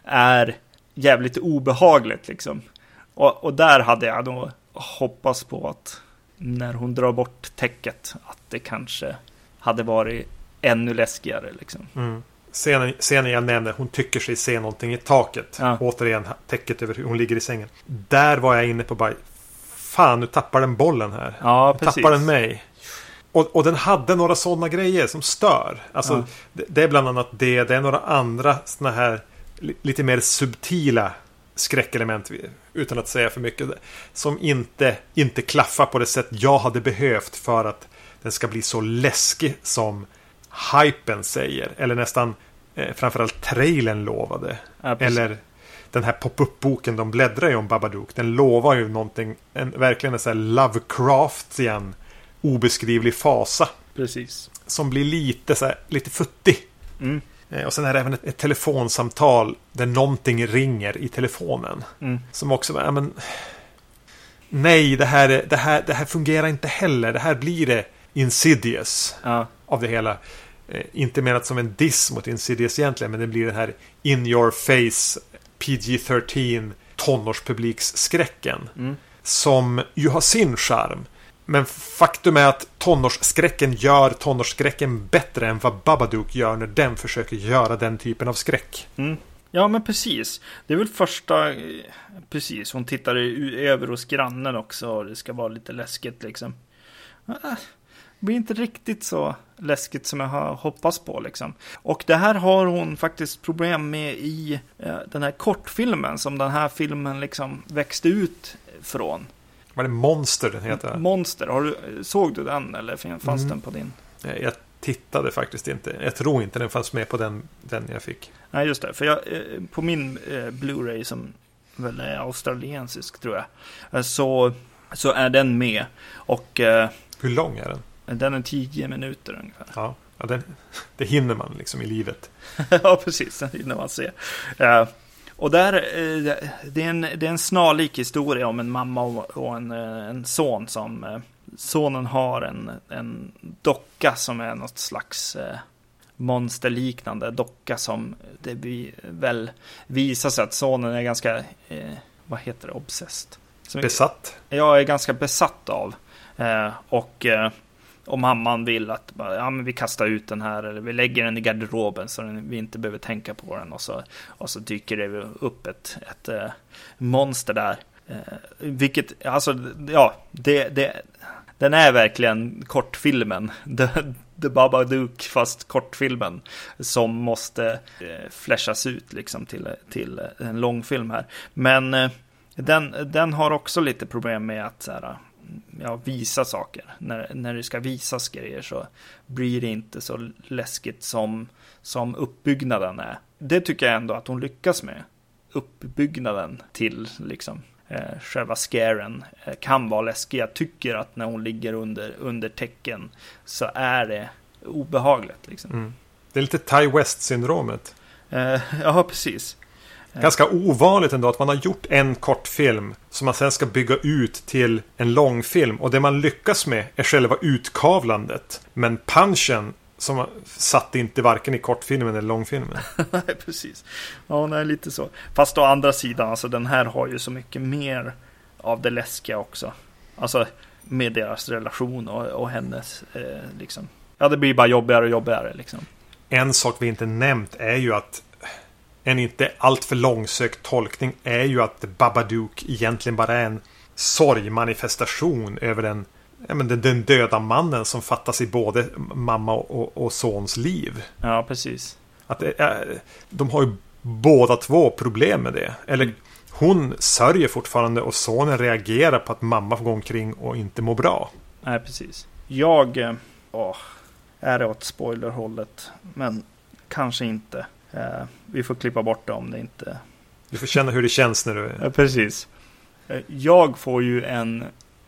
är jävligt obehagligt liksom. Och, och där hade jag nog hoppats på att när hon drar bort täcket att det kanske hade varit ännu läskigare liksom. Mm. Scenen, scenen jag nämnde, hon tycker sig se någonting i taket. Ja. Återigen, täcket över hur hon ligger i sängen. Där var jag inne på bara, fan, nu tappar den bollen här. Ja, nu tappar den mig. Och, och den hade några sådana grejer som stör. Alltså, ja. det, det är bland annat det. Det är några andra såna här lite mer subtila skräckelement, utan att säga för mycket, som inte, inte klaffar på det sätt jag hade behövt för att den ska bli så läskig som hypen säger. Eller nästan eh, framförallt trailern lovade. Ja, eller den här pop-up-boken de bläddrar ju om Babadook. Den lovar ju någonting, en, verkligen en sån här Lovecraftian obeskrivlig fasa. Precis. Som blir lite så här, lite futtig. Mm. Och sen är det även ett, ett telefonsamtal där någonting ringer i telefonen. Mm. Som också, ja, men nej, det här, det, här, det här fungerar inte heller. Det här blir det Insidious ja. Av det hela. Eh, inte menat som en diss mot Insidious egentligen, men det blir den här in your face P G tretton tonårspubliksskräcken. Mm. Som ju har sin charm. Men faktum är att tonårsskräcken gör tonårsskräcken bättre än vad Babadook gör när den försöker göra den typen av skräck. Mm. Ja, men precis. Det är väl första... Precis, hon tittar över hos grannen också och det ska vara lite läskigt liksom. Det blir inte riktigt så läskigt som jag har hoppats på liksom. Och det här har hon faktiskt problem med i eh, den här kortfilmen som den här filmen liksom växte ut från. Vad är det? Monster den heter? Monster. Har du, såg du den eller fanns mm. den på din? Jag tittade faktiskt inte. Jag tror inte den fanns med på den, den jag fick. Nej, just det. För jag, på min eh, Blu-ray som väl är australiensisk tror jag, eh, så, så är den med. Och, eh, hur lång är den? Den är tio minuter ungefär. Ja, ja den, det hinner man liksom i livet. Ja, precis. Den hinner man se. Eh, och där, eh, det, är en, det är en snarlik historia om en mamma och, och en, en son som... Eh, sonen har en, en docka som är något slags eh, monsterliknande docka som det blir, väl visar sig att sonen är ganska, eh, vad heter det, obsessed. Som besatt? Jag är ganska besatt av. Eh, och, eh, och mamman vill att ja, men vi kastar ut den här eller vi lägger den i garderoben så den, vi inte behöver tänka på den. Och så, och så dyker det upp ett, ett eh, monster där. Eh, vilket, alltså, ja, det, det den är verkligen kortfilmen. The, The Babadook fast kortfilmen. Som måste eh, flashas ut liksom till, till en långfilm här. Men eh, den, den har också lite problem med att så här, ja, visa saker. När, när det ska visas grejer så blir det inte så läskigt som, som uppbyggnaden är. Det tycker jag ändå att hon lyckas med. Uppbyggnaden till liksom... Eh, själva scaren eh, kan vara läskig. Jag tycker att när hon ligger under, under täcken så är det obehagligt liksom. Mm. Det är lite Ty West-syndromet. Eh, ja, precis. Ganska ovanligt ändå att man har gjort en kortfilm som man sen ska bygga ut till en långfilm. Och det man lyckas med är själva utkavlandet. Men punchen som satt inte varken i kortfilmen eller långfilmen. Nej, precis. Ja, nej, lite så. Fast å andra sidan, alltså den här har ju så mycket mer av det läskiga också. Alltså med deras relation och, och hennes eh, liksom. Ja, det blir bara jobbigare och jobbigare liksom. En sak vi inte nämnt är ju att en inte alltför långsökt tolkning är ju att Babadook egentligen bara är en sorgmanifestation över den Ja, men den, den döda mannen som fattas i både mamma och, och sons liv. Ja, precis. Att det är, de har ju båda två problem med det. Eller hon sörjer fortfarande och sonen reagerar på att mamma får gå omkring och inte må bra. Nej, precis. Jag åh, är det åt spoilerhållet, men kanske inte. Eh, vi får klippa bort det om det inte... Du får känna hur det känns när du... Ja, precis. Jag får ju en...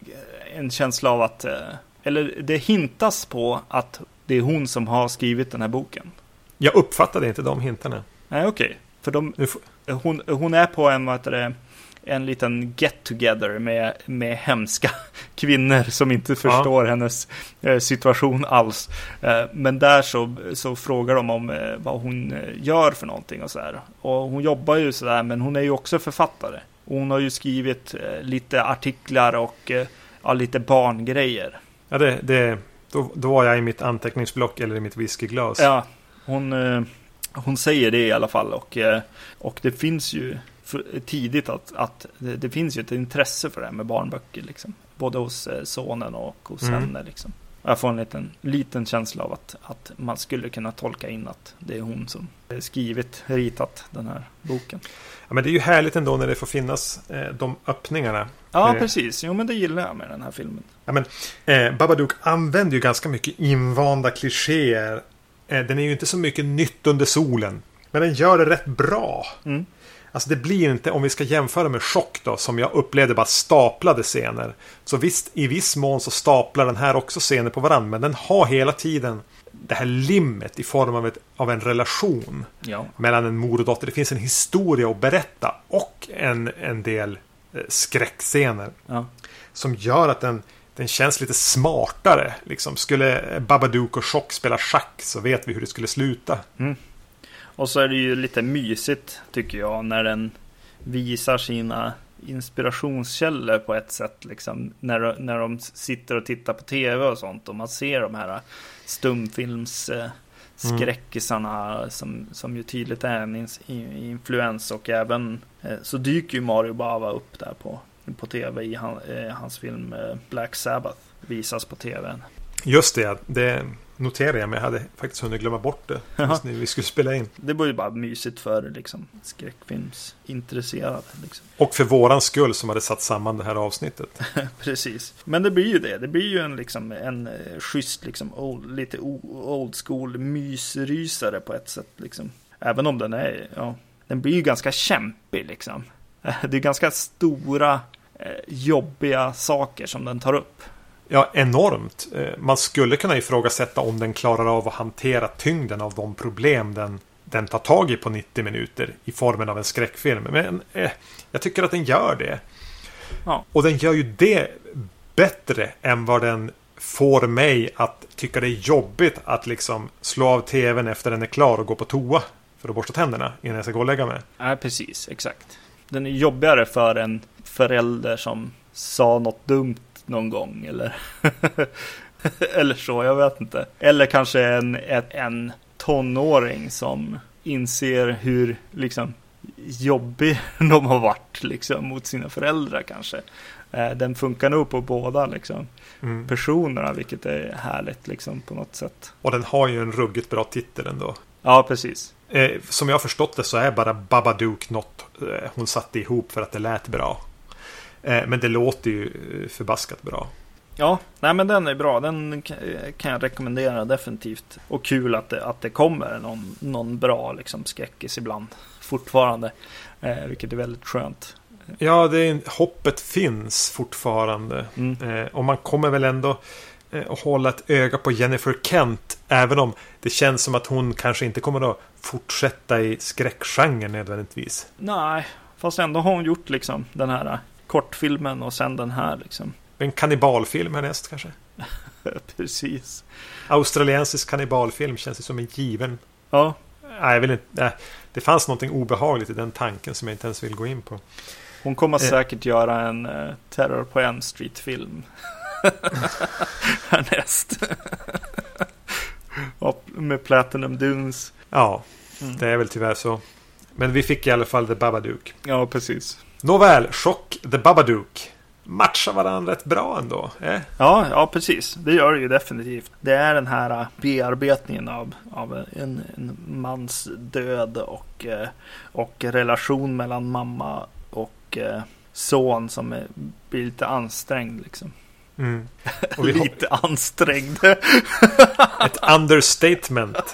en känsla av att, eller det hintas på att det är hon som har skrivit den här boken. Jag uppfattade inte de hintarna. Nej, okej. Okay. För de, får... hon, hon är på en, vad heter det, en liten get-together med, med hemska kvinnor som inte förstår ja. hennes eh, situation alls. Eh, men där så, så frågar de om eh, vad hon gör för någonting och så här. Och hon jobbar ju så där, men hon är ju också författare. Och hon har ju skrivit eh, lite artiklar och eh, ja, lite barngrejer. Ja, det, det, då, då var jag i mitt anteckningsblock eller i mitt whiskyglas. Ja, hon, eh, hon säger det i alla fall. Och, eh, och det finns ju för, tidigt att, att det, det finns ju ett intresse för det här med barnböcker. Liksom. Både hos eh, sonen och hos mm. henne. Liksom. Jag får en liten, liten känsla av att, att man skulle kunna tolka in att det är hon som skrivit, ritat den här boken. Ja, men det är ju härligt ändå när det får finnas eh, de öppningarna. Ja, eh. precis. Jo, men det gillar jag med den här filmen. Ja, men eh, Babadook använder ju ganska mycket invanda klichéer. Eh, den är ju inte så mycket nytt under solen. Men den gör det rätt bra. Mm. Alltså det blir inte, om vi ska jämföra med Chock då, som jag upplevde bara staplade scener. Så visst, i viss mån så staplar den här också scener på varandra. Men den har hela tiden det här limmet i form av, ett, av en relation ja. mellan en mor och dotter. Det finns en historia att berätta och en, en del eh, skräckscener ja. som gör att den, den känns lite smartare. Liksom, skulle Babadook och Chock spela schack så vet vi hur det skulle sluta. Mm. Och så är det ju lite mysigt tycker jag när den visar sina inspirationskällor på ett sätt liksom, när, när de sitter och tittar på tv och sånt och man ser de här stumfilms eh, skräckisarna mm. som, som ju tydligt är en in, influens och även eh, så dyker ju Mario Bava upp där på, på tv i han, eh, hans film eh, Black Sabbath visas på tvn. Just det, det noterar jag, men jag hade faktiskt hunnit glömma bort det just när vi skulle spela in. Det var ju bara mysigt för liksom, skräckfilmsintresserade. Liksom. Och för våran skull som hade satt samman det här avsnittet. Precis. Men det blir ju det. Det blir ju en, liksom, en schysst, liksom, old, lite old school mysrysare på ett sätt. Liksom. Även om den är, ja, den blir ju ganska kämpig liksom. Det är ganska stora, eh, jobbiga saker som den tar upp. Ja, enormt. Man skulle kunna ifrågasätta om den klarar av att hantera tyngden av de problem den, den tar tag i på nittio minuter i formen av en skräckfilm. Men eh, jag tycker att den gör det. Ja. Och den gör ju det bättre än vad den får mig att tycka det är jobbigt att liksom slå av tvn efter den är klar och gå på toa för att borsta tänderna innan jag ska gå och lägga mig. Ja, precis. Exakt. Den är jobbigare för en förälder som sa något dumt någon gång eller eller så, jag vet inte. Eller kanske en, ett, en tonåring som inser hur liksom jobbig de har varit liksom, mot sina föräldrar kanske. Eh, den funkar nog på båda liksom, mm. personerna, vilket är härligt liksom, på något sätt. Och den har ju en ruggigt bra titel ändå. Ja, precis. Eh, som jag har förstått det så är bara Babadook något eh, hon satte ihop för att det lät bra. Men det låter ju förbaskat bra. Ja, nej men den är bra. Den kan jag rekommendera definitivt. Och kul att det, att det kommer någon, någon bra liksom, skräckis ibland fortfarande. Eh, vilket är väldigt skönt. Ja, det är, hoppet finns fortfarande. Mm. Eh, och man kommer väl ändå eh, att hålla ett öga på Jennifer Kent. Även om det känns som att hon kanske inte kommer att fortsätta i skräckgenren nödvändigtvis. Nej, fast ändå har hon gjort liksom den här kortfilmen och sen den här liksom. En kannibalfilm härnäst kanske. Precis. Australiensisk kannibalfilm känns det som en given. Ja. Nej, jag vill inte. Nej, det fanns något obehagligt i den tanken som jag inte ens vill gå in på. Hon kommer eh. säkert göra en uh, Terror på Elm Street-film. Härnäst. Med Platinum Dunes. Ja, mm. det är väl tyvärr så. Men vi fick i alla fall The Babadook. Ja, precis. Nåväl, Chock, The Babadook matchar varandra rätt bra ändå. Eh? Ja, ja, precis. Det gör det ju definitivt. Det är den här bearbetningen av, av en, en mans död och, och relation mellan mamma och son som är, blir lite ansträngd liksom. Mm. Och vi lite har... ansträngd. Ett understatement.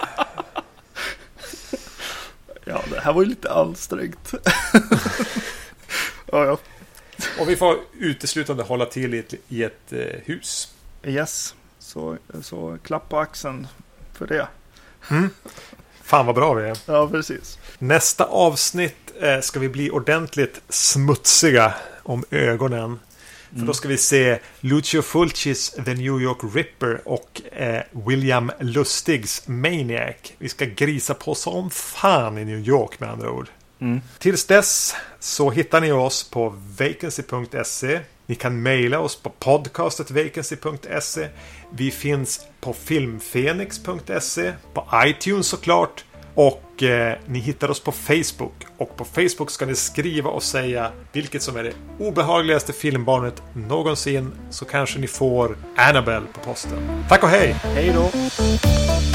Ja, det här var ju lite ansträngt. Ja, ja. Och vi får uteslutande hålla till i ett, i ett eh, hus. Yes, så, så klapp på axeln för det. Mm. Fan vad bra vi är. Ja, precis. Nästa avsnitt eh, ska vi bli ordentligt smutsiga om ögonen. Mm. För då ska vi se Lucio Fulcis The New York Ripper och eh, William Lustigs Maniac. Vi ska grisa på som fan i New York med andra ord. Mm. Tills dess så hittar ni oss på vacancy punkt se. Ni kan mejla oss på podcastet vacancy punkt se. Vi finns på filmfenix punkt se, på iTunes såklart. Och eh, ni hittar oss på Facebook. Och på Facebook ska ni skriva och säga vilket som är det obehagligaste filmbarnet någonsin. Så kanske ni får Annabelle på posten. Tack och hej! Hej då!